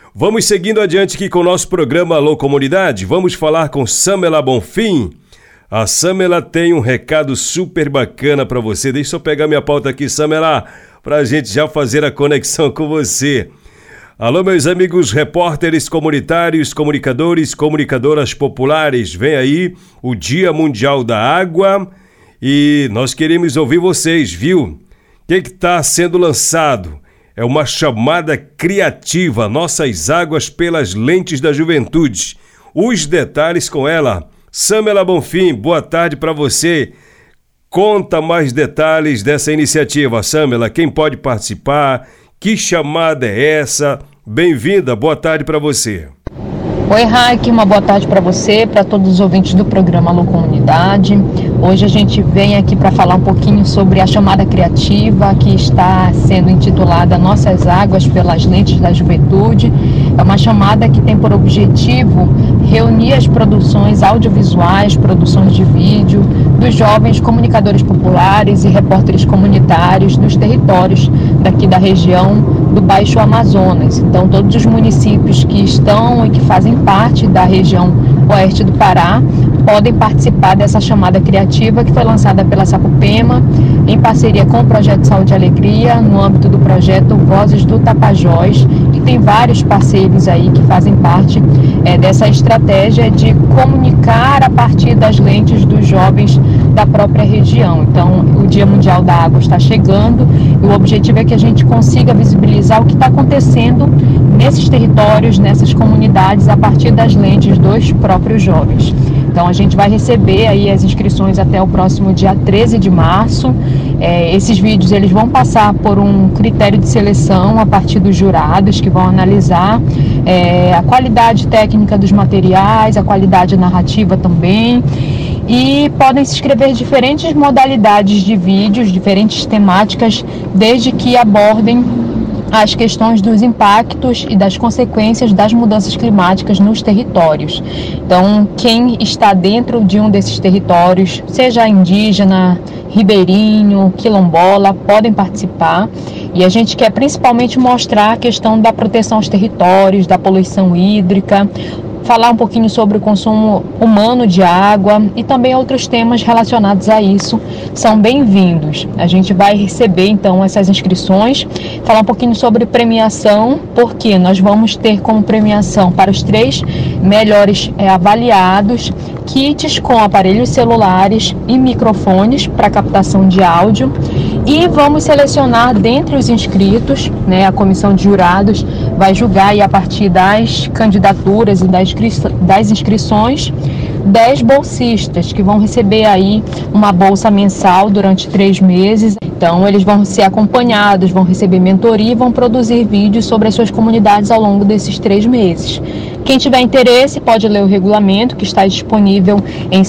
Vamos seguindo adiante aqui com o nosso programa Alô Comunidade. Vamos falar com Samela Bonfim. A Samela tem um recado super bacana para você. Deixa eu pegar minha pauta aqui, Samela, para a gente já fazer a conexão com você. Alô, meus amigos repórteres comunitários, comunicadores, comunicadoras populares. Vem aí o Dia Mundial da Água e nós queremos ouvir vocês, viu? O que está sendo lançado? É uma chamada criativa, Nossas Águas pelas Lentes da Juventude. Os detalhes com ela. Samela Bonfim, boa tarde para você. Conta mais detalhes dessa iniciativa, Samela. Quem pode participar? Que chamada é essa? Bem-vinda, boa tarde para você. Oi, Raik, uma boa tarde para você, para todos os ouvintes do programa Alô Comunidade. Hoje a gente vem aqui para falar um pouquinho sobre a chamada criativa que está sendo intitulada Nossas Águas pelas Lentes da Juventude. É uma chamada que tem por objetivo reunir as produções audiovisuais, produções de vídeo dos jovens comunicadores populares e repórteres comunitários dos territórios daqui da região do Baixo Amazonas. Então, todos os municípios que estão e que fazem parte da região oeste do Pará podem participar dessa chamada criativa que foi lançada pela Sapopema em parceria com o Projeto Saúde e Alegria no âmbito do projeto Vozes do Tapajós, e tem vários parceiros aí que fazem parte dessa estratégia de comunicar a partir das lentes dos jovens da própria região. Então, o Dia Mundial da Água está chegando e o objetivo é que a gente consiga visibilizar o que está acontecendo nesses territórios, nessas comunidades, a partir das lentes dos próprios jovens. Então, a gente vai receber aí as inscrições até o próximo dia 13 de março. Esses vídeos eles vão passar por um critério de seleção a partir dos jurados que vão analisar a qualidade técnica dos materiais, a qualidade narrativa também. E podem se inscrever diferentes modalidades de vídeos, diferentes temáticas, desde que abordem as questões dos impactos e das consequências das mudanças climáticas nos territórios. Então, quem está dentro de um desses territórios, seja indígena, ribeirinho, quilombola, podem participar. E a gente quer principalmente mostrar a questão da proteção aos territórios, da poluição hídrica, falar um pouquinho sobre o consumo humano de água e também outros temas relacionados a isso são bem-vindos. A gente vai receber então essas inscrições, falar um pouquinho sobre premiação, porque nós vamos ter como premiação para os 3 melhores avaliados kits com aparelhos celulares e microfones para captação de áudio, e vamos selecionar dentre os inscritos, a comissão de jurados vai julgar e a partir das candidaturas e das inscrições 10 bolsistas que vão receber aí uma bolsa mensal durante 3 meses. Então eles vão ser acompanhados, vão receber mentoria e vão produzir vídeos sobre as suas comunidades ao longo desses 3 meses. Quem tiver interesse pode ler o regulamento que está disponível em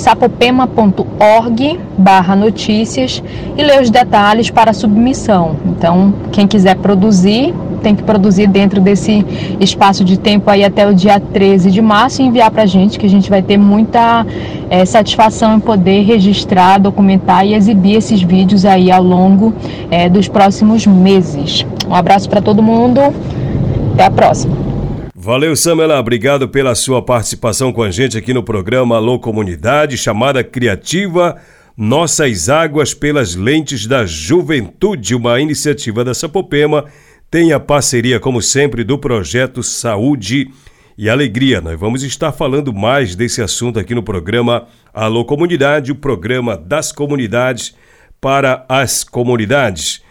sapopema.org/notícias e ler os detalhes para a submissão. Então, quem quiser produzir, tem que produzir dentro desse espaço de tempo aí até o dia 13 de março e enviar para a gente, que a gente vai ter muita satisfação em poder registrar, documentar e exibir esses vídeos aí ao longo dos próximos meses. Um abraço para todo mundo, até a próxima. Valeu, Samela, obrigado pela sua participação com a gente aqui no programa Alô Comunidade, chamada criativa Nossas Águas pelas Lentes da Juventude, uma iniciativa da Sapopema. Tem a parceria, como sempre, do Projeto Saúde e Alegria. Nós vamos estar falando mais desse assunto aqui no programa Alô Comunidade, o programa das comunidades para as comunidades.